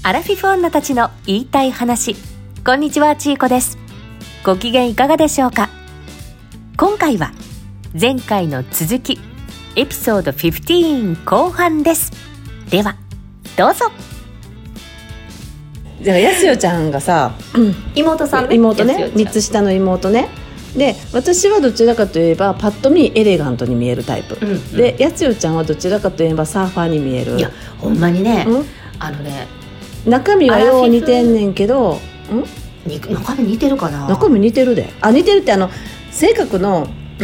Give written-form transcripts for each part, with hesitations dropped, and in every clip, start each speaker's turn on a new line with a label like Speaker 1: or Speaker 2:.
Speaker 1: アラフィフ女たちの言いたい話。こんにちは、ちーこです。ご機嫌いかがでしょうか。今回は前回の続き、エピソード15後半です。ではどうぞ。
Speaker 2: じゃあやすよちゃんがさ、
Speaker 1: 妹さんね、
Speaker 2: 妹ね、3つ下の妹ね。で私はどちらかといえばパッと見エレガントに見えるタイプ、でやすよちゃんはどちらかといえばサーファーに見える。
Speaker 1: いやほんまにね、
Speaker 2: 中身はよう似てんねんけど、
Speaker 1: 中身似てるかな。
Speaker 2: 中身似てるで。似てるって性格の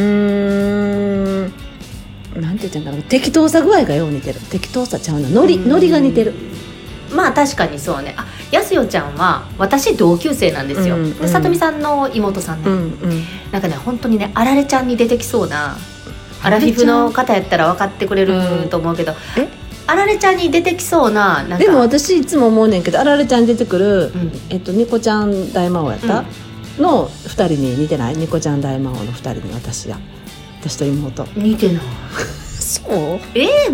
Speaker 2: なんて言ってんだろう、適当さ具合がよう似てる。適当さちゃうな、ノリが似てる。
Speaker 1: まあ確かにそうね。やすよちゃんは私同級生なんですよ、でさとみさんの妹さんね、なんかね本当にねあられちゃんに出てきそうな、アラフィフの方やったら分かってくれると思うけど、あられちゃんに出てきそうな、なんか
Speaker 2: でも私いつも思うねんけど、あられちゃんに出てくる、ニコちゃん大魔王やった、の2人に似てない？ニコちゃん大魔王の2人に私と妹
Speaker 1: 似てない
Speaker 2: そう？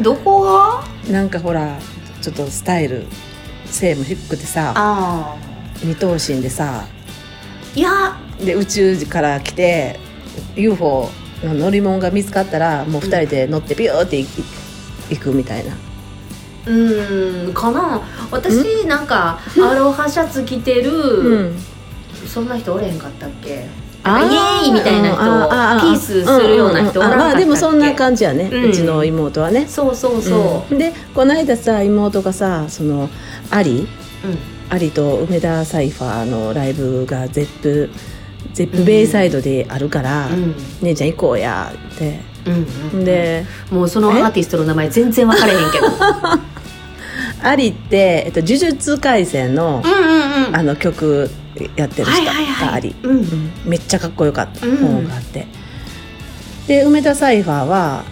Speaker 1: どこが？
Speaker 2: なんかほらちょっとスタイル背も低くてさ、二頭身でさ、
Speaker 1: いや
Speaker 2: で宇宙から来て UFO の乗り物が見つかったらもう2人で乗ってビューって行くみたいな。
Speaker 1: かな。私なんかアロハシャツ着てる、そんな人おれへんかったっけ？イエーイみたいな人、ピースするような人おらんかったっけ？
Speaker 2: でもそんな感じやね、うちの妹はね。
Speaker 1: そう、
Speaker 2: でこの間さ、妹がさ、そのアリと梅田サイファーのライブがゼップベイサイドであるから、姉ちゃん行こうやって、で
Speaker 1: もうそのアーティストの名前全然分からへんけど
Speaker 2: アリって、呪術廻戦の、曲やってる人がアリ、めっちゃかっこよかった本があって、で梅田サイファーは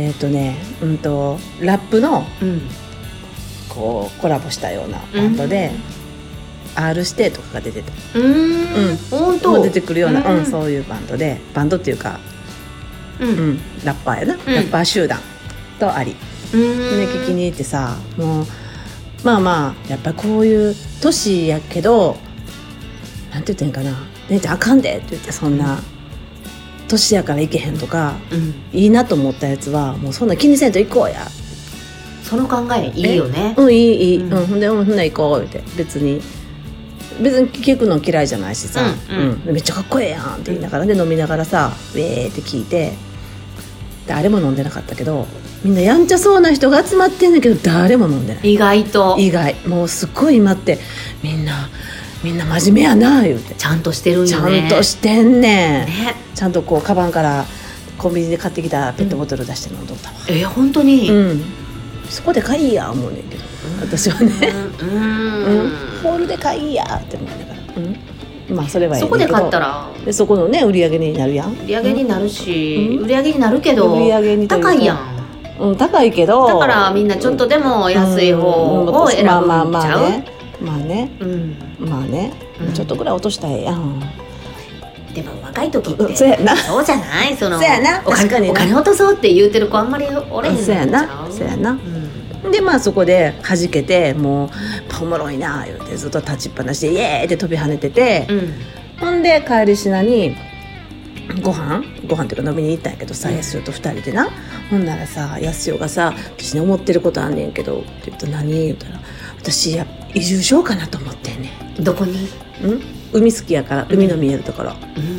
Speaker 2: ラップの、こうコラボしたようなバンドで、R 指定とかが出てた。
Speaker 1: 本当
Speaker 2: 出てくるような、そういうバンドっていうか、ラッパーやな、ラッパー集団とアリで聞きに行ってさ、もうまあやっぱりこういう年やけど、なんて言ってんかな、姉ちゃんあかんでって言って、そんな年やから行けへんとか、いいなと思ったやつはもうそんな気にせんと行こうや。
Speaker 1: その考えいいよね。
Speaker 2: いい、ほんでほんなら行こうって、別に聞くの嫌いじゃないしさ、めっちゃかっこええやんって言いながら、で飲みながらさ、ウェーって聞いて、誰も飲んでなかったけど、みんなやんちゃそうな人が集まってんだけど誰も飲んでない。
Speaker 1: 意外
Speaker 2: もうすっごい今ってみんな真面目やな言うて、
Speaker 1: ちゃんとしてるんよね。
Speaker 2: ちゃんとしてんねん、ちゃんとこうカバンからコンビニで買ってきたペットボトル出して飲んどったわ。
Speaker 1: 本当に、
Speaker 2: そこで買いや思うねんけど、私はねホールで買いやって思いながら、それは
Speaker 1: そこで買ったら
Speaker 2: でそこのね売り上げになるやん。
Speaker 1: 売り上げになるし、売り上げになるけど高いやん。
Speaker 2: 高いけど、
Speaker 1: だからみんなちょっとでも安い方を選ぶんちゃう？
Speaker 2: まあね、ちょっとぐらい落としたらええやん。
Speaker 1: でも若い時って
Speaker 2: そうやな、
Speaker 1: そうじゃない？そう
Speaker 2: やな、確かに
Speaker 1: お金落とそうって言ってる子あんまりおれへんのちゃう？
Speaker 2: そうやな。でそこで弾けて、もうおもろいな言うてずっと立ちっぱなしでイエーって飛び跳ねてて、ほんで帰りしなにご飯っていうか飲みに行ったんやけどさ、やすよと2人でな。ほんならさ、やすよがさ、私に思ってることあんねんけどって言ったら、何言ったら、私移住しようかなと思ってんねん。
Speaker 1: どこに？
Speaker 2: 海好きやから、海の見えるところ。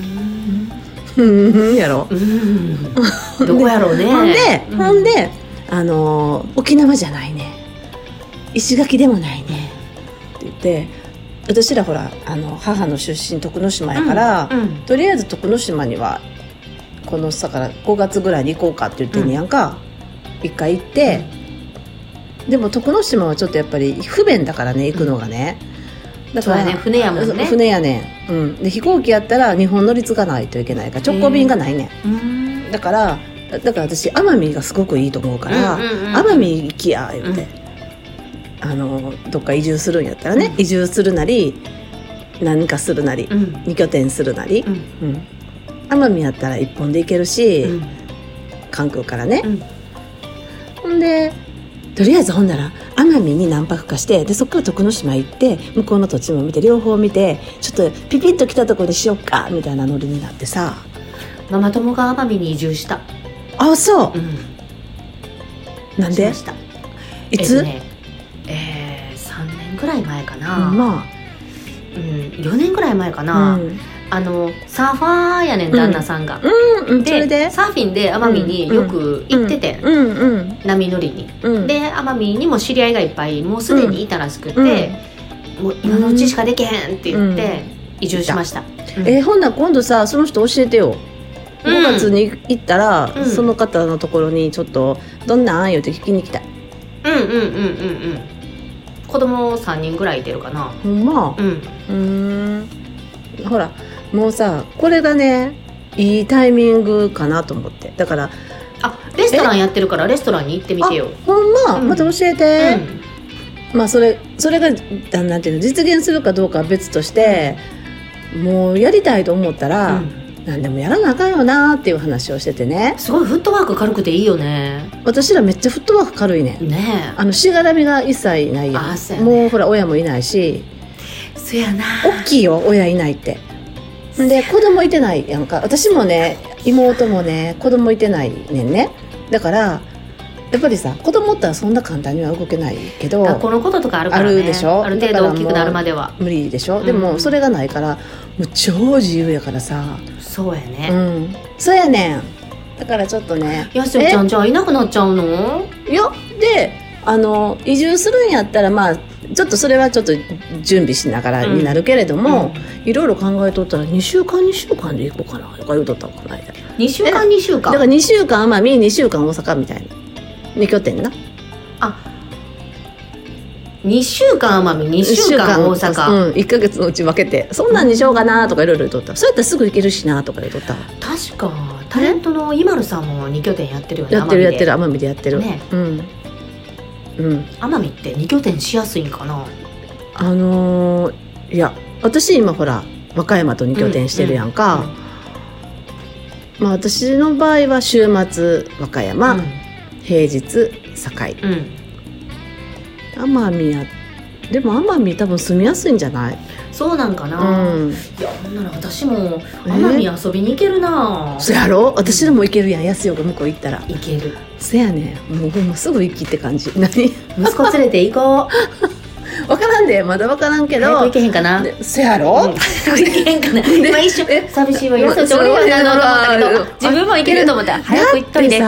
Speaker 2: やろ。
Speaker 1: どこやろうね。
Speaker 2: ほんで沖縄じゃないね、石垣でもないねって言って、私らほら母の出身徳之島やから、とりあえず徳之島にはこのさから5月ぐらいに行こうかって言ってんねやんか、一回行って、でも徳之島はちょっとやっぱり不便だからね、行くのがね。だから
Speaker 1: そうやね、船やもんね。
Speaker 2: 船やねん、で飛行機やったら日本乗り継がないといけないから直行便がないねん、だから私奄美がすごくいいと思うから、奄美行きや言うて、どっか移住するんやったらね、移住するなり何かするなり、2拠点するなり、奄美やったら1本で行けるし、関空からね、ほんでとりあえずほんなら奄美に何泊かして、でそっから徳之島行って向こうの土地も見て両方見て、ちょっとピピッと来たところにしよっかみたいなノリになってさ。
Speaker 1: ママ友が奄美に移住した。
Speaker 2: あ、そう、なんでいつ、3
Speaker 1: 年ぐらい前かな、
Speaker 2: まあ
Speaker 1: 4年ぐらい前かな、サーファーやねん旦那さんが、で
Speaker 2: それで
Speaker 1: サーフィンで奄美によく行ってて、波乗りに、で奄美にも知り合いがいっぱいもうすでにいたらしくて、もう今のうちしかできへんって言って移住しました。
Speaker 2: ほんなら今度さその人教えてよ。5月に行ったら、その方のところにちょっとどんなん言うて聞きに来たい。
Speaker 1: 子供3人ぐらいいてるかな。
Speaker 2: ほんま。ほらもうさこれがねいいタイミングかなと思って。だから
Speaker 1: レストランやってるからレストランに行ってみてよ。
Speaker 2: ほんま、また教えて。まあそれがなんていうの実現するかどうかは別として、もうやりたいと思ったら、何でもやらなあかんよなっていう話をしててね。
Speaker 1: すごいフットワーク軽くていいよね。
Speaker 2: 私らめっちゃフットワーク軽いね。しがらみが一切ないやん。もうほら親もいないし。
Speaker 1: そやな。
Speaker 2: 大きいよ親いないって。で子供いてないやんか。私もね妹もね子供いてないねんね。だからやっぱりさ子供ってそんな簡単には動けないけど、
Speaker 1: 学校のこととかあるからね。
Speaker 2: あるでしょ。
Speaker 1: ある程度大きくなるまでは
Speaker 2: 無理でしょ。でもそれがないからもう超自由やからさ。
Speaker 1: そうやね。
Speaker 2: そうやねん。だからちょっとね。
Speaker 1: やすよちゃんじゃあいなくなっちゃうの？
Speaker 2: いやで移住するんやったらまあちょっとそれはちょっと準備しながらになるけれども、いろいろ考えとったら2週間で行こうかなとか言うとったこの間。
Speaker 1: 2週間2週間
Speaker 2: だから2週間奄美2週間大阪みたいな2拠点な。
Speaker 1: 2週間奄美2週間大阪、
Speaker 2: 1ヶ月のうち分けてそんなんにしようかなとかいろいろ言うとった。そうやったらすぐ行けるしなとか言うとった。
Speaker 1: 確かタレントの今るさんも2拠点やってるよね。
Speaker 2: やってる奄美でやってるね。
Speaker 1: 奄美って2拠点しやすいんかな。
Speaker 2: いや私今ほら和歌山と2拠点してるやんか。まあ私の場合は週末和歌山、平日堺、奄美や。でも奄美多分住みやすいんじゃない？
Speaker 1: そうなんかな。いやほんなら私も奄美遊びに行けるな。
Speaker 2: そやろ。私らも行けるやん。安代が向こう行ったら
Speaker 1: 行ける。
Speaker 2: そやねん。もうほんますぐ行きって感じ。何？
Speaker 1: 息子連れて行こ
Speaker 2: う。分からんでまだ分からんけど。
Speaker 1: 早く行けへんかな。
Speaker 2: そやろ。
Speaker 1: 早く行けへんかな。今一瞬寂しいわ。安代ちゃん俺やなと思ったけど自分も行けると思ったら早く行っといて。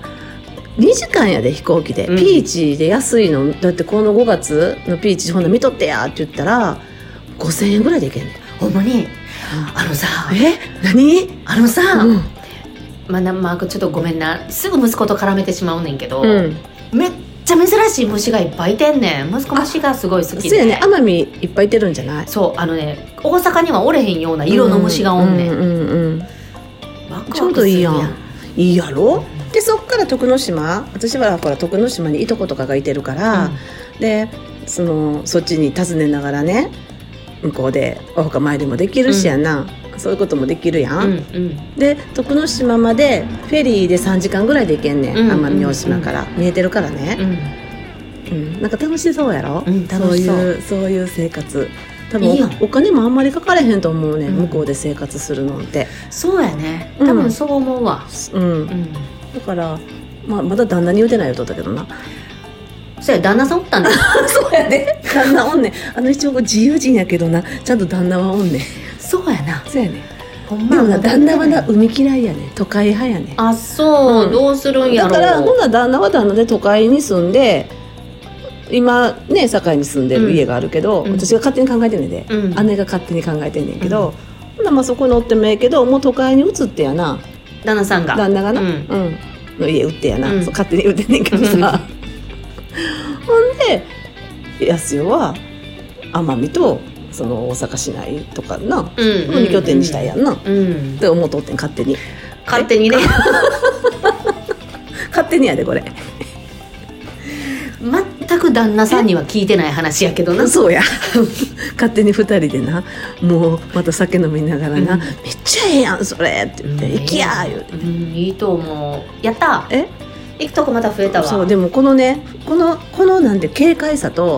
Speaker 2: 2時間やで飛行機で、ピーチで安いのだって。この5月のピーチほんな見とってやって言ったら5000円ぐらいで行けんねん。
Speaker 1: ほんまに。さ
Speaker 2: 何
Speaker 1: さ、まあちょっとごめんな、すぐ息子と絡めてしまうねんけど、めっちゃ珍しい虫がいっぱいいてんねん。息子虫がすごい好きで。
Speaker 2: そうやね。奄美いっぱいいてるんじゃない？
Speaker 1: そう大阪にはおれへんような色の虫がおんねん。
Speaker 2: ちょうどいいやん。いいやろ。でそっから徳之島、私はほら徳之島にいとことかがいてるから、でそっちに訪ねながらね向こうでお墓参りもできるしやな、そういうこともできるやん、で徳之島までフェリーで3時間ぐらいで行けんねん、奄美大島から見えてるからね、なんか楽しそうやろ、そういう生活。多分お金もあんまりかかれへんと思うね、向こうで生活するのって。
Speaker 1: そうやね、多分そう思うわ。
Speaker 2: だから、まだ旦那に言うてないよとったけどな。
Speaker 1: そうや、旦那さんおったんだ
Speaker 2: そうやで、旦那おんねん。一応自由人やけどな、ちゃんと旦那はおんねん。
Speaker 1: そうやな。
Speaker 2: そうやね。でもな、旦那はな海嫌いやね、都会派やね。
Speaker 1: あ、そう、どうするんやろ。
Speaker 2: だからほんな旦那は旦那で都会に住んで、今ね堺に住んでる家があるけど、私が勝手に考えてんねんで、姉が勝手に考えてんねんけど、ほんならそこにおってもええけど、もう都会に移ってやな、
Speaker 1: 旦那さんが、
Speaker 2: 旦那がな、の家売ってやな、そう勝手に売ってんねんけどさほんで安代は奄美とその大阪市内とかな、2拠点にしたいやんな、って思うとってん、勝手にね勝手にやでこれ。
Speaker 1: 全く旦那さんには聞いてない話やけどな。
Speaker 2: そうや勝手に2人でな、もうまた酒飲みながらな、めっちゃええやんそれって言って、行きや言うて、
Speaker 1: いいと思う。やった行くとこまた増えたわ。
Speaker 2: そうでもこのねこのなんて軽快さと、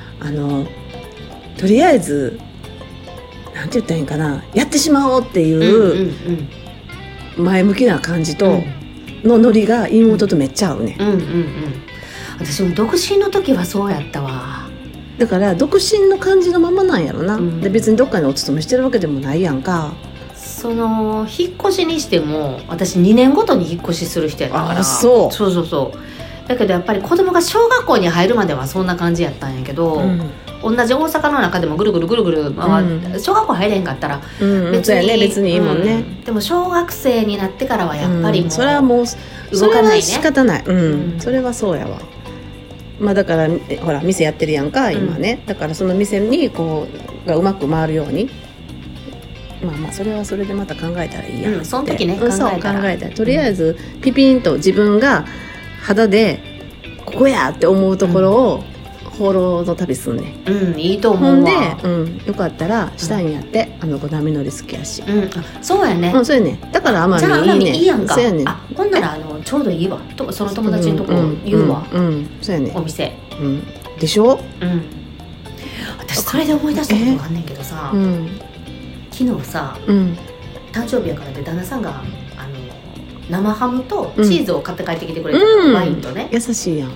Speaker 2: とりあえずなんて言ったらいいんかな、やってしまおうっていう前向きな感じとのノリが妹とめっちゃ合うね。
Speaker 1: 私も独身の時はそうやったわ。
Speaker 2: だから独身の感じのままなんやろな、で別にどっかにお勤めしてるわけでもないやんか。
Speaker 1: その引っ越しにしても私2年ごとに引っ越しする人やったから。そうだけどやっぱり子供が小学校に入るまではそんな感じやったんやけど、同じ大阪の中でもぐるぐる回って、小学校入れへんかったら別にいいもんね、でも小学生になってからはやっぱりもう、
Speaker 2: それはもう
Speaker 1: 動かないね、
Speaker 2: 仕方ない、それはそうやわ。だからほら店やってるやんか今ね、だからその店にこうがうまく回るようにそれはそれでまた考えたらいいやんって、
Speaker 1: その時ね考えたら
Speaker 2: とりあえずピピンと自分が肌でここやって思うところを放浪の旅すんね、
Speaker 1: いいと思うわ。
Speaker 2: ほんで、よかったらしたいんやって、波乗り好きやし、
Speaker 1: そうやね、
Speaker 2: そうやね。だから
Speaker 1: じゃあ
Speaker 2: 奄美いいね。
Speaker 1: いいやんか。
Speaker 2: そうやね。
Speaker 1: ほんならちょうどいいわと、その友達のとこ言うわ、
Speaker 2: そうやね。
Speaker 1: お店、
Speaker 2: でしょ。
Speaker 1: 私それで思い出したことがあんねんけどさ、昨日さ、誕生日やからで旦那さんが生ハムとチーズを買って帰ってきてくれたの、ワインとね。
Speaker 2: 優しいやん。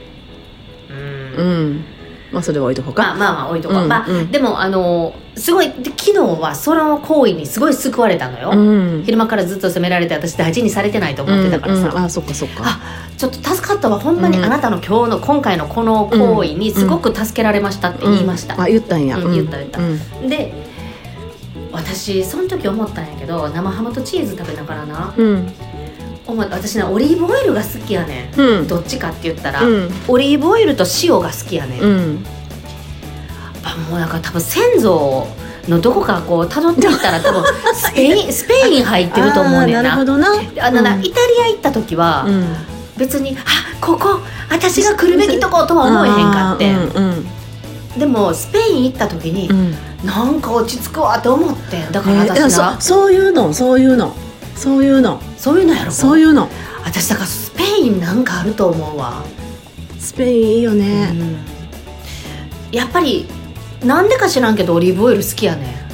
Speaker 2: それは置いとこうか。
Speaker 1: 置いとこう。でもすごい昨日はその行為にすごい救われたのよ、昼間からずっと責められて私大事にされてないと思ってたからさ、
Speaker 2: そっかそっか、
Speaker 1: ちょっと助かったわほんまに、あなたの今回のこの行為にすごく助けられましたって言いました、
Speaker 2: 言ったんや、
Speaker 1: 言った、で私その時思ったんやけど、生ハムとチーズ食べながらな、私オリーブオイルが好きやねん、どっちかって言ったら、オリーブオイルと塩が好きやねん、もうだから多分先祖のどこかこう辿っていったら多分スペイン入ってると思うねんな。
Speaker 2: なるほどな。
Speaker 1: イタリア行った時は、別にここ私が来るべきとことは思えへんかって、でもスペイン行った時に、なんか落ち着くわって思って、だから私な、
Speaker 2: そういうのやろ。そういうの
Speaker 1: 私だからスペインなんかあると思うわ。
Speaker 2: スペインいいよね、
Speaker 1: やっぱりなんでか知らんけどオリーブオイル好きやね。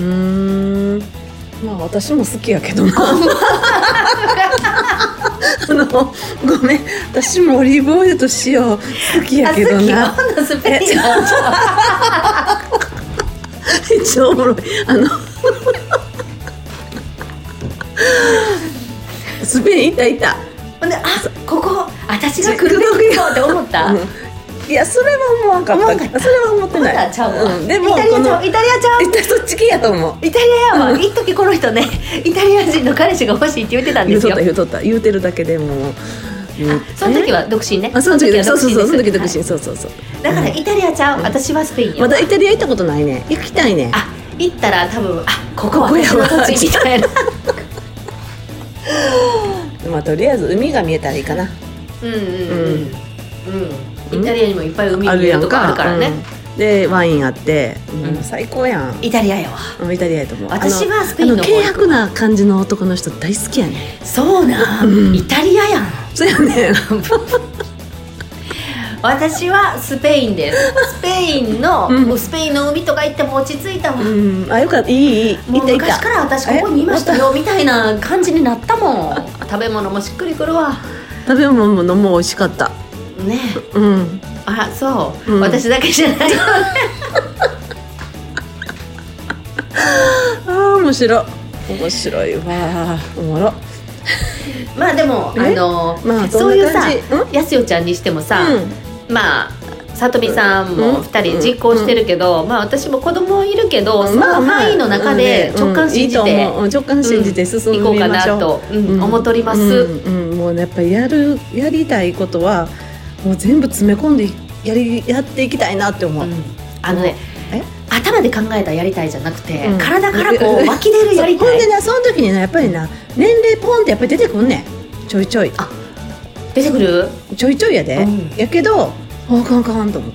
Speaker 2: 私も好きやけどなごめん、私もオリーブオイルと塩好きやけどな。
Speaker 1: スペイン
Speaker 2: めっちゃおもろい。スペインいた。
Speaker 1: ほんでここ私が来るべきよって思った、
Speaker 2: いやそれは思わんかった。それは思ってない。
Speaker 1: でもイタリアちゃう
Speaker 2: そっち系やと思う。
Speaker 1: イタリアやわ。一時この人ねイタリア人の彼氏が欲しいって言ってたんですよ。
Speaker 2: 言うてるだけでも
Speaker 1: その時は独身ね。
Speaker 2: その時独身。そう
Speaker 1: だからイタリアちゃう、私はスペインや。
Speaker 2: まだイタリア行ったことないね。行きたいね。
Speaker 1: 行ったら多分ここは私の土地みたいな
Speaker 2: とりあえず海が見えたらいいかな。
Speaker 1: イタリアにもいっぱい海見えるとこあるからね。
Speaker 2: でワインあって、最高やん。
Speaker 1: イタリアやわ。
Speaker 2: イタリアやと思う。
Speaker 1: 私はスペインの
Speaker 2: 軽薄な感じの男の人大好きやね。
Speaker 1: そうな、イタリアやん。
Speaker 2: そうやね
Speaker 1: 私はスペインです。スペインの海とか行っても落ち着いたもん。
Speaker 2: よかった。いい
Speaker 1: もう昔から私ここにいましたよみたいな感じになったもん。食べ物もしっくりくるわ。
Speaker 2: 食べ物も美味しかった
Speaker 1: ね。そう、私だけじゃないよね
Speaker 2: 面白いわ。おもろ。
Speaker 1: でもそういうさ、やすよちゃんにしてもさ、さとみさんも2人実行してるけど、私も子供いるけど、その範囲の中で直感信じて進んでいこうかなと思っております。
Speaker 2: もうね、やっぱりやりたいことはもう全部詰め込んでやっていきたいなって思う。
Speaker 1: 頭で考えたやりたいじゃなくて、体からこう湧き出るやりたい。
Speaker 2: ほんでね、その時にね、やっぱりな年齢ポンってやっぱり出てくんねん。ちょいちょい
Speaker 1: 出てくる。
Speaker 2: ちょいちょいやで、やけどカンと思って。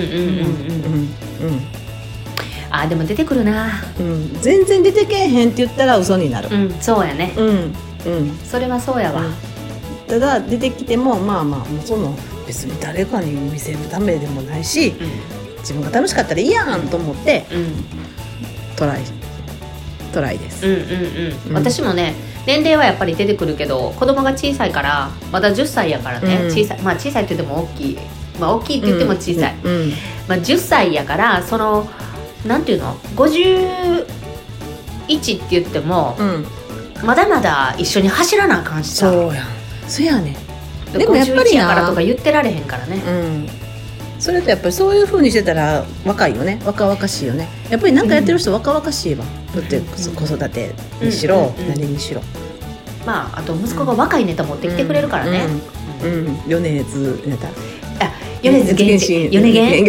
Speaker 1: でも出てくるな。
Speaker 2: 全然出てけえへんって言ったら嘘になる。
Speaker 1: そうやね。それはそうやわ。
Speaker 2: ただ出てきてもまあもうその別に誰かに見せるためでもないし、自分が楽しかったらいいやんと思って、トライです、
Speaker 1: 私もね年齢はやっぱり出てくるけど子供が小さいからまだ10歳やからね、小さいって言っても大きい、大きいって言っても小さい、10歳やからそのなんていうの51って言っても、まだまだ一緒に走らなあかんしさ。
Speaker 2: そうやね。でもやっぱり
Speaker 1: 51やからとか言ってられへんからね、
Speaker 2: それとやっぱりそういう風にしてたら若いよね、若々しいよね。やっぱり何かやってる人若々しいわ、だって子育てにしろ、何にしろ。
Speaker 1: あと息子が若いネタ持ってきてくれるからね。
Speaker 2: 米津ネタ、
Speaker 1: 米津玄師、米玄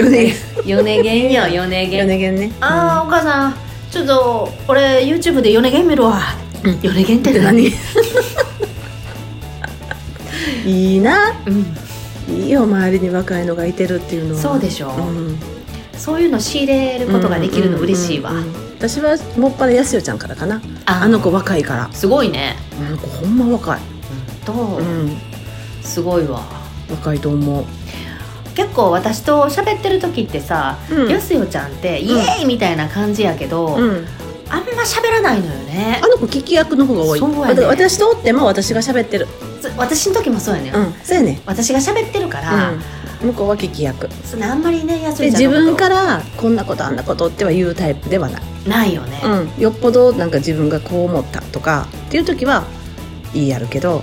Speaker 1: ね。お母さんちょっと俺 YouTube で米玄見るわ。米玄って何？
Speaker 2: いいな、いいよ、周りに若いのがいてるっていうのは。
Speaker 1: そうでしょ、そういうの仕入れることができるの嬉しいわ。
Speaker 2: 私はもっぱらやすよちゃんからかな。あの子若いから。
Speaker 1: すごいね。
Speaker 2: あの子ほんま若い。
Speaker 1: すごいわ。
Speaker 2: 若いと思う。
Speaker 1: 結構私と喋ってる時ってさ、やすよちゃんってイエーイみたいな感じやけど、あんま喋らないのよね。
Speaker 2: あの子聞き役の方が多い。私とおっても私が喋ってる。
Speaker 1: 私の時もそうやね。
Speaker 2: そうやね。
Speaker 1: 私が喋ってるから、
Speaker 2: 向こうは聞き役。
Speaker 1: それあんまりね、やすよちゃんのこと
Speaker 2: 自分からこんなことあんなことっては言うタイプではない。
Speaker 1: ないよね。
Speaker 2: よっぽどなんか自分がこう思ったとかっていう時は言いやるけど、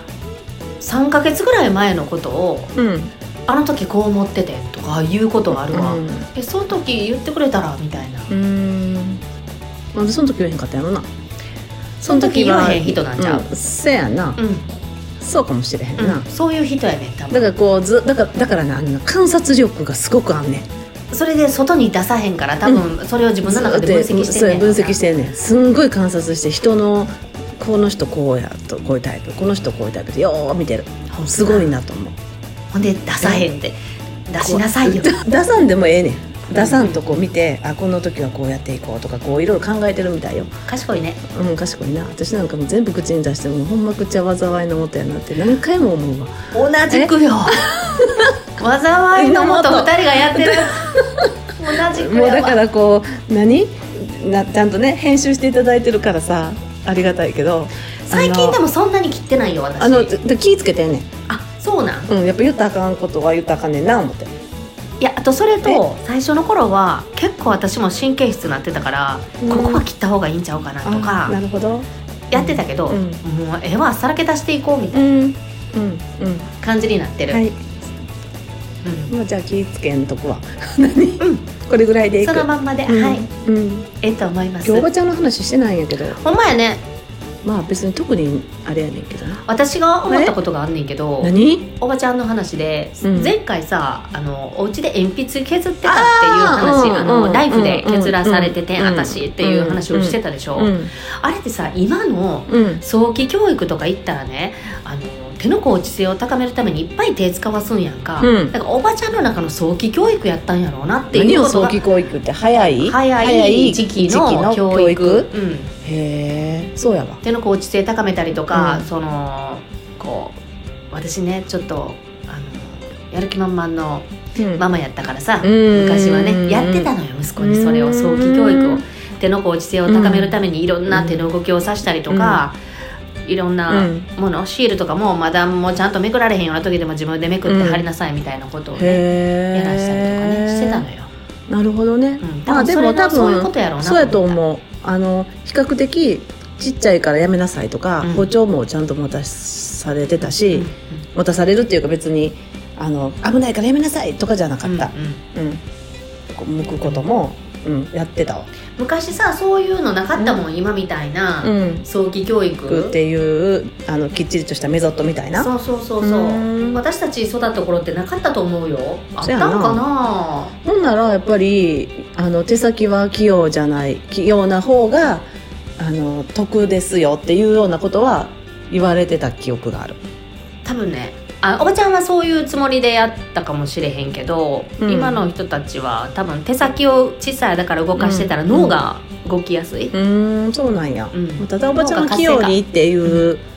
Speaker 1: 3ヶ月ぐらい前のことを、あの時こう思っててとか言うことがあるわ。その時言ってくれたらみたいな。
Speaker 2: なんでその時言えへんかったやろな。
Speaker 1: その時言わへん人なんちゃう。
Speaker 2: せやな。そうかもしれへんな。
Speaker 1: そういう人やねん多分。
Speaker 2: だからこうだからな、観察力がすごくあんねん。
Speaker 1: それで外に出さへんから多分それを自分の中で分析してんねん。
Speaker 2: 分析してんねん。すんごい観察して人のこの人こうやとこういうタイプ、この人こういうタイプでよー見てる。すごいなと思う。
Speaker 1: ほんで出さへんって出しなさいよ。
Speaker 2: 出さんでもええねん。出さんとこ見て、この時はこうやっていこうとかこういろいろ考えてるみたいよ。
Speaker 1: 賢いね。
Speaker 2: 賢いな。私なんかも全部口に出してもほんま口は災いのもとやなって何回も思うわ。
Speaker 1: 同じくよ。災いのもと2人がやってる。同じくやわ。
Speaker 2: もうだからこうちゃんとね編集していただいてるからさ、ありがたいけど、
Speaker 1: 最近でもそんなに切ってないよ私。
Speaker 2: 気ぃつけてんねん。
Speaker 1: そうなん。
Speaker 2: やっぱ言ったらあかんことは言ったらあかんねんな思って。
Speaker 1: いや、あとそれと最初の頃は結構私も神経質になってたから、ここは切った方がいいんちゃうかなとか
Speaker 2: なるほど
Speaker 1: やってたけど、もう絵はさらけ出していこうみたいな感じになってる。
Speaker 2: じゃあ気ぃつけんとこはこれぐらいでいく。
Speaker 1: そのまんまで、と思います。
Speaker 2: 今日おばちゃんの話してないんやけど。
Speaker 1: ほんまやね。
Speaker 2: 別に特にあれやねんけどな。
Speaker 1: 私が思ったことがあんねんけど、おばちゃんの話で、前回さお家で鉛筆削ってたっていう話、ナイフで削らされてて私っていう話をしてたでしょ。あれってさ、今の早期教育とか言ったらね、手の甲知性を高めるためにいっぱい手使わすんやんか。だからおばちゃんの中の早期教育やったんやろうなっていうことが。
Speaker 2: 何を早期教育って？早い時期の教育。へえ、そうやわ。
Speaker 1: 手の甲知性高めたりとか、こう私ねちょっとやる気満々のママやったからさ、昔はねやってたのよ、息子にそれを。早期教育を、手の甲知性を高めるためにいろんな手の動きをさしたりとか、いろんなもの、シールとかもまだもうちゃんとめくられへんような時でも自分でめくって貼りなさいみたいなことをね、やらしたりとかねしてたのよ。
Speaker 2: なるほどね。
Speaker 1: でも多分そういうことやろうな。
Speaker 2: そうやと思う。比較的ちっちゃいからやめなさいとか、包丁もちゃんと持たされてたし、持たされるっていうか別に危ないからやめなさいとかじゃなかった。剥くことも、やってたわ。
Speaker 1: 昔さそういうのなかったもん、今みたいな早期教育
Speaker 2: っていうきっちりとしたメソッドみたいな。
Speaker 1: そう私たち育った頃ってなかったと思うよ。あったんかな。
Speaker 2: ほんならやっぱり手先は器用な方が得ですよっていうようなことは言われてた記憶がある。
Speaker 1: 多分ね、おばちゃんはそういうつもりでやったかもしれへんけど、今の人たちは多分手先を小さいだから動かしてたら脳が動きやすい。
Speaker 2: そうなんや。ただおばちゃんは器用にっていう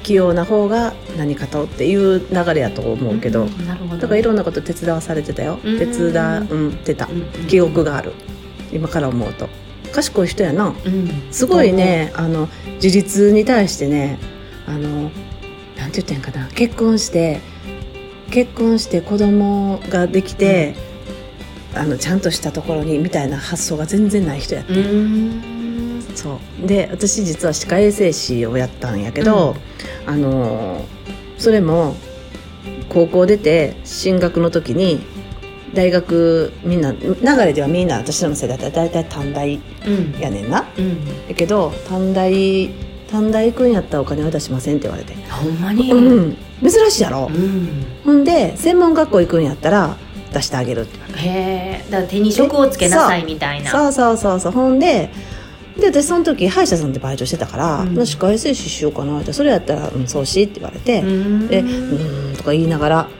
Speaker 2: 器用な方が何かとっていう流れやと思うけど、
Speaker 1: なるほどね、
Speaker 2: だからいろんなこと手伝わされてたよ。手伝ってた記憶がある。今から思うと賢い人やな、すごいね。自立に対してね、なんて言ったんかな、結婚して子供ができて、ちゃんとしたところにみたいな発想が全然ない人やって、そうで、私実は歯科衛生士をやったんやけど、それも高校出て進学の時に、大学みんな流れではみんな私らの世代だったら大体短大やねんな、だけど短大行くんやったらお金は出しませんって言われて、
Speaker 1: ほんまに、
Speaker 2: 珍しいやろ、ほんで専門学校行くんやったら出してあげるって言われて、
Speaker 1: へえ、だから手に職をつけなさいみたいな。
Speaker 2: そうほんで私その時歯医者さんでバイトしてたから、歯科衛生士しようかなって、それやったら、そうしって言われて、でとか言いながら、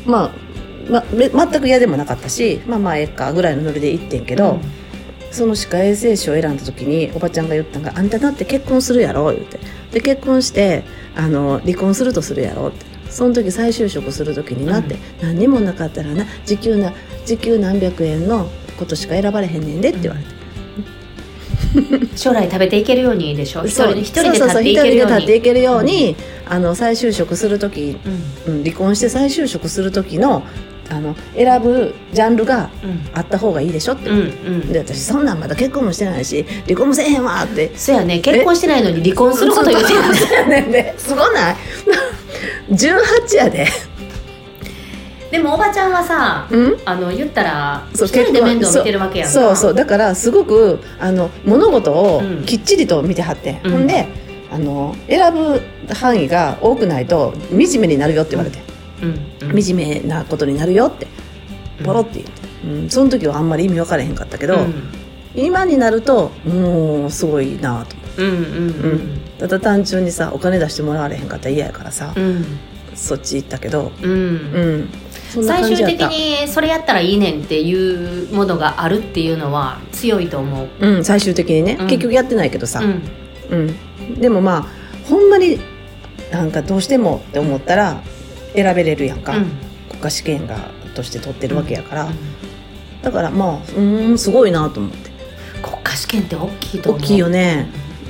Speaker 2: 全く嫌でもなかったし、ええかぐらいのノリで言ってんけど、その歯科衛生士を選んだ時におばちゃんが言ったんが、あんただって結婚するやろ言って、で結婚して離婚するとするやろって、その時再就職する時になって、何にもなかったらな、時給何百円のことしか選ばれへんねんでって言われて、
Speaker 1: 将来食べていけるようにでしょ、一人で立っていけるように、
Speaker 2: 再就職する時、離婚して再就職する時の選ぶジャンルがあった方がいいでしょって、で私そんなんまだ結婚もしてないし離婚もせえへんわって。
Speaker 1: そうやね、結婚してないのに離婚すること言ってる
Speaker 2: ねすごない18やで。
Speaker 1: でもおばちゃんはさ、言ったら一人で面倒見てるわけやんか。
Speaker 2: そうだからすごく物事をきっちりと見てはって、ほんで選ぶ範囲が多くないと惨めになるよって言われて、惨めなことになるよってポロって言って、その時はあんまり意味分からへんかったけど、今になるともうすごいなと思って、ただ単純にさお金出してもらわれへんかったら嫌やからさ、そっち行ったけど、
Speaker 1: 最終的にそれやったらいいねんっていうものがあるっていうのは強いと思う、
Speaker 2: 最終的にね、結局やってないけどさ、でもほんまになんかどうしてもって思ったら選べれるやんか、国家試験として取ってるわけやから、だからすごいなと思って。
Speaker 1: 国家試験って大きいと思う。
Speaker 2: 大きいよね、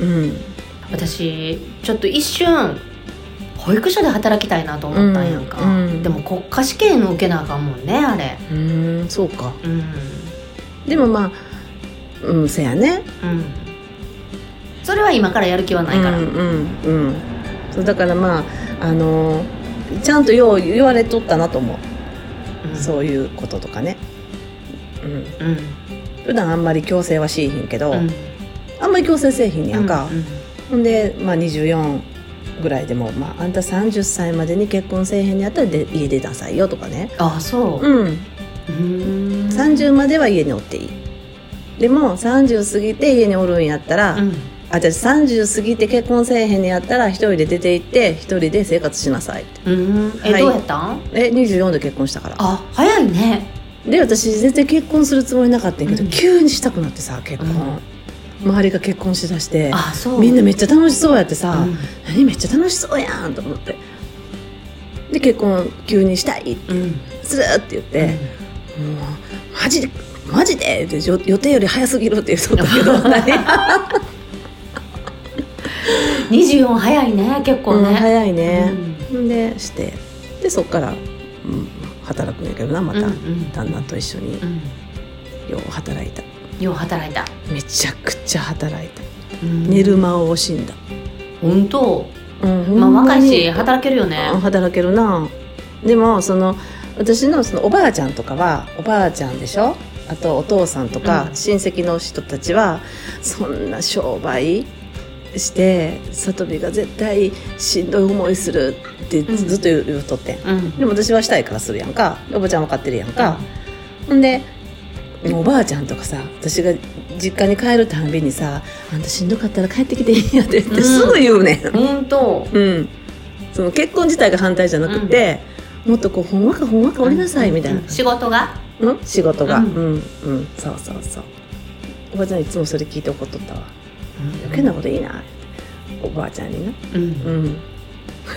Speaker 1: 私ちょっと一瞬保育所で働きたいなと思ったんやんか、でも国家試験受けなあかんもんね、あれ。
Speaker 2: そうか、でもせやね、
Speaker 1: それは今からやる気はないから、
Speaker 2: そうだからちゃんとよう言われとったなと思う、そういうこととかね、普段あんまり強制はしいひんけど、あんまり強制せえひんやんか、ほんで24ぐらいでも、あんた30歳までに結婚せえへんにやったら家出なさいよとかね。
Speaker 1: そう、
Speaker 2: 30までは家におっていい。でも30過ぎて家におるんやったら、私30過ぎて結婚せえへんにやったら一人で出て行って一人で生活しなさいって。
Speaker 1: どうやったん
Speaker 2: ？24で結婚したから。
Speaker 1: 早いね。
Speaker 2: で私全然結婚するつもりなかったんやけど、急にしたくなってさ、結婚、周りが結婚しだして、みんなめっちゃ楽しそうやってさ、何めっちゃ楽しそうやんと思って、で結婚急にしたいって、するって言って、もうマジでって予定より早すぎるって言うとったけど
Speaker 1: 24早いね、結構ね、
Speaker 2: 早いね、でしてでそっから、働くんやけどな、また、旦那と一緒に、よう働いた。めちゃくちゃ働いた、寝る間を惜しんだ。
Speaker 1: 本当、若いし働けるよね。
Speaker 2: 働けるな。でも私のおばあちゃんとかはおばあちゃんでしょ、あとお父さんとか、親戚の人たちはそんな商売して里美が絶対しんどい思いするってずっと言うとってん、でも私はしたいからするやんか、おばちゃん分かってるやんか、でおばあちゃんとかさ、私が実家に帰るたんびにさ、あんたしんどかったら帰ってきていいやってすぐ言うねん。
Speaker 1: 本当。
Speaker 2: その結婚自体が反対じゃなくて、もっとこうほんわかおりなさいみたいな、
Speaker 1: 仕事が
Speaker 2: そうおばあちゃんいつもそれ聞いて怒っとったわ、余計なこといいなっておばあちゃんにな、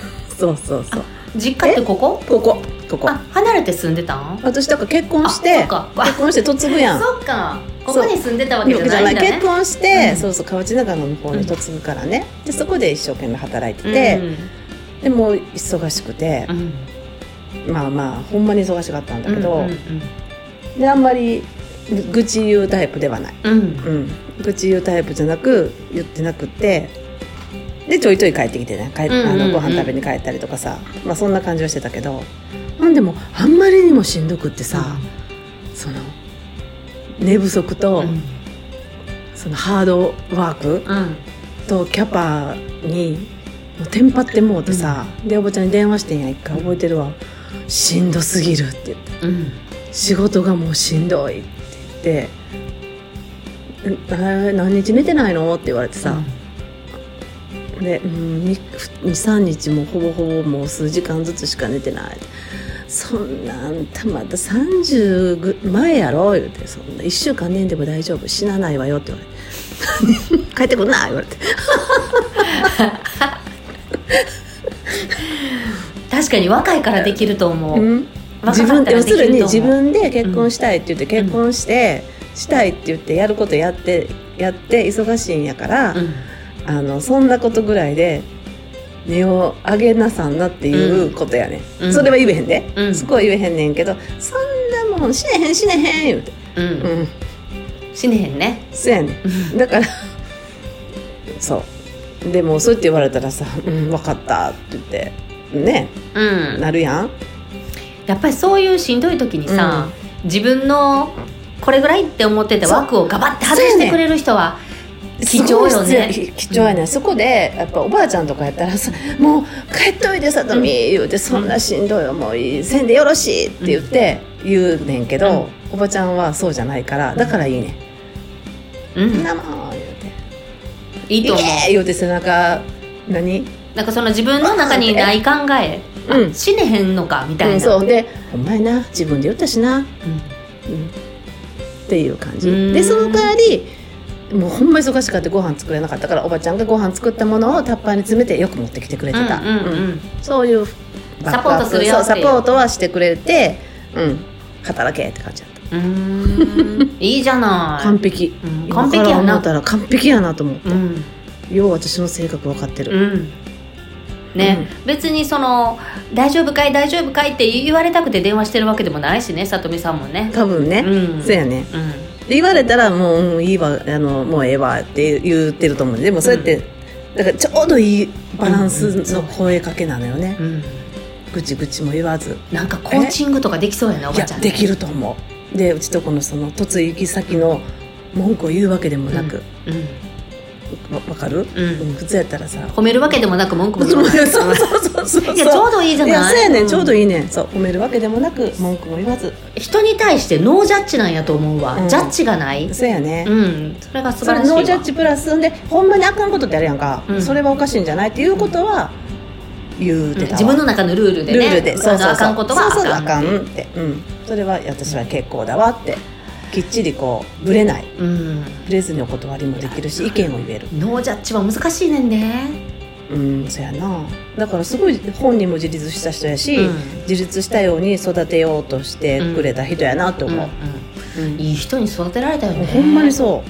Speaker 2: そうそうそう。
Speaker 1: 実家ってここ？
Speaker 2: ここ。
Speaker 1: あ、離れて住んでたん？
Speaker 2: 私だから結婚して結婚して嫁ぐやん。
Speaker 1: そっか、ここに住んでたわけじゃないんだね。
Speaker 2: 結婚して、そうそう、河内長野の方に嫁ぐからね、でそこで一生懸命働いてて、でも忙しくて、まあほんまに忙しかったんだけど、であんまり愚痴言うタイプではない、愚痴言うタイプじゃなく言ってなくて、でちょいちょい帰ってきてね、ご飯食べに帰ったりとかさ、まあそんな感じはしてたけど、でもあんまりにもしんどくってさ、その寝不足と、そのハードワークとキャパにもうテンパってもうてさ、でおばちゃんに電話してんや、一回覚えてるわ。しんどすぎるって言って、仕事がもうしんどいって言って、何日寝てないのって言われてさ、で、23日もほぼほぼもう数時間ずつしか寝てない。そんなあんたまだ30前やろ言うて、そんな1週間寝んでも大丈夫、死なないわよって言われて帰ってくんな言われて
Speaker 1: 確かに若いからできると思う、
Speaker 2: 自分で要するに自分で結婚したいって言って、結婚してしたいって言ってやることやって忙しいんやから、そんなことぐらいで根を上げなさんなっていうことやね、それは言えへんで、そこは言えへんねんけど、そんなもんしねへん言うて、
Speaker 1: しねへんね、
Speaker 2: そうやねんだからそうでもそうやって言われたらさ、分かったって言ってね、なるやん。
Speaker 1: やっぱりそういうしんどい時にさ、自分のこれぐらいって思ってて枠をガバッて外してくれる人は貴重よね。
Speaker 2: 貴重やね、そこでやっぱおばあちゃんとかやったらさ、もう帰っといでさとみ言うて、そんなしんどい思いせんでよろしいって言って言うねんけど、おばちゃんはそうじゃないから、だからいいね、生言うて
Speaker 1: いいと思う。
Speaker 2: 言うて背中
Speaker 1: なんかその自分の中にない考え、死ねへんのかみたいな、
Speaker 2: そうで、お前な自分で言ったしな、っていう感じで、その代わりもうほんま忙しかってご飯作れなかったから、おばちゃんがご飯作ったものをタッパーに詰めてよく持ってきてくれてた、そういう
Speaker 1: サポートするよっていう、
Speaker 2: サポートはしてくれて、働けって感じだった。
Speaker 1: いいじゃない、
Speaker 2: 完璧、
Speaker 1: 完璧やな、
Speaker 2: 思ったら完璧やなと思って、よう私の性格分かってる、
Speaker 1: ね、別にその大丈夫かいって言われたくて電話してるわけでもないしね、さとみさんもね、
Speaker 2: 多分ね、そうやね、言われたらもういいわ、もうええわって言ってると思う。でもそうやって、だからちょうどいいバランスの声かけなのよね、ぐちぐちも言わず。
Speaker 1: なんかコーチングとかできそうやな、おばちゃん、
Speaker 2: いやできると思う。でうちとこのその嫁ぎ先の文句を言うわけでもなく、わかる、普通やったらさ、
Speaker 1: 褒めるわけでもなく文句も言わない、いやちょうどいいじゃない。いや
Speaker 2: そうやねん、ちょうどいいねん。そう、褒めるわけでもなく文句も言わず、
Speaker 1: 人に対してノージャッジなんやと思うわ、ジャッジがない。
Speaker 2: そうやね、
Speaker 1: それが素晴らしいわ。
Speaker 2: それノージャッジプラスで、ほんまにあかんことってあるやんか、それはおかしいんじゃないっていうことは言うてたわ、
Speaker 1: 自分の中のルールでね、あかんことは
Speaker 2: あかんって、それは私は結構だわって、きっちりこうぶれない、ぶれずにお断りもできるし、意見を言える。
Speaker 1: ノージャッジは難しいねんね。
Speaker 2: そうやな。だからすごい本人も自立した人やし、自立したように育てようとしてくれた人やなと思う、
Speaker 1: いい人に育てられたよね。
Speaker 2: ほんまにそう、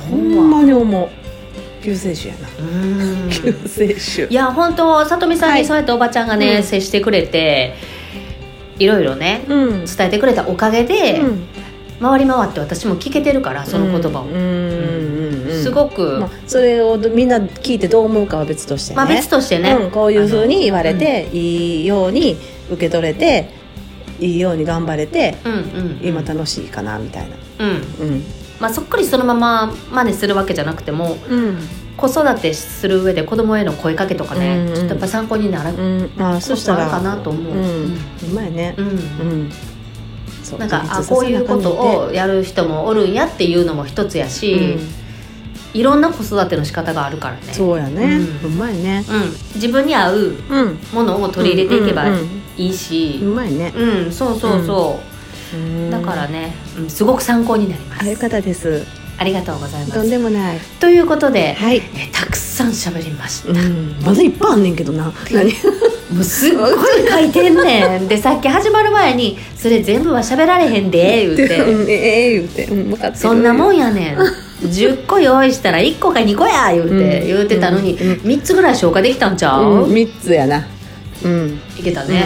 Speaker 2: ほんまに思う。救世主やな、救世主。
Speaker 1: いや本当、さとみさんにそうやっておばちゃんがね、接してくれて、いろいろね、伝えてくれたおかげで、回り回って私も聞けてるから、その言葉を、すごく、
Speaker 2: それをみんな聞いてどう思うかは別としてね、
Speaker 1: 別としてね、
Speaker 2: こういう風に言われて、いいように受け取れて、いいように頑張れて、今楽しいかなみたいな、
Speaker 1: そっくりそのまま真似するわけじゃなくても、子育てする上で子供への声かけとかね、ちょっとやっぱ参考になる
Speaker 2: そしたら
Speaker 1: かなと思う。
Speaker 2: うまいね。
Speaker 1: なんかこういうことをやる人もおるんやっていうのも一つやし、いろんな子育ての仕方があるからね。
Speaker 2: そうやね、うまいね、
Speaker 1: 自分に合うものを取り入れていけばいいし、
Speaker 2: うまいね、
Speaker 1: そうだからね、すごく参考になります。
Speaker 2: ありがたです。
Speaker 1: ありがとうございます。
Speaker 2: とんでもない。
Speaker 1: ということで、
Speaker 2: はい、
Speaker 1: たくさん喋りました、
Speaker 2: まだいっぱいあんねんけどな。何
Speaker 1: もうすっごい書いてんねんでさっき始まる前にそれ全部は喋られへんで言うて
Speaker 2: 言うて、分かってる。
Speaker 1: そんなもんやねん10個用意したら1個か2個や言うてたのに、3つぐらい消化できたんちゃう、
Speaker 2: 3つやな。
Speaker 1: いけたね、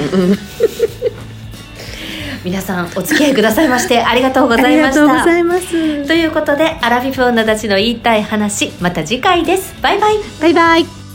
Speaker 1: 皆さんお付き合いくださいましてありがとうございました。
Speaker 2: ありがとうございます。
Speaker 1: ということでアラフィフ女たちの言いたい話、また次回です。バイバイ。
Speaker 2: バイバイ。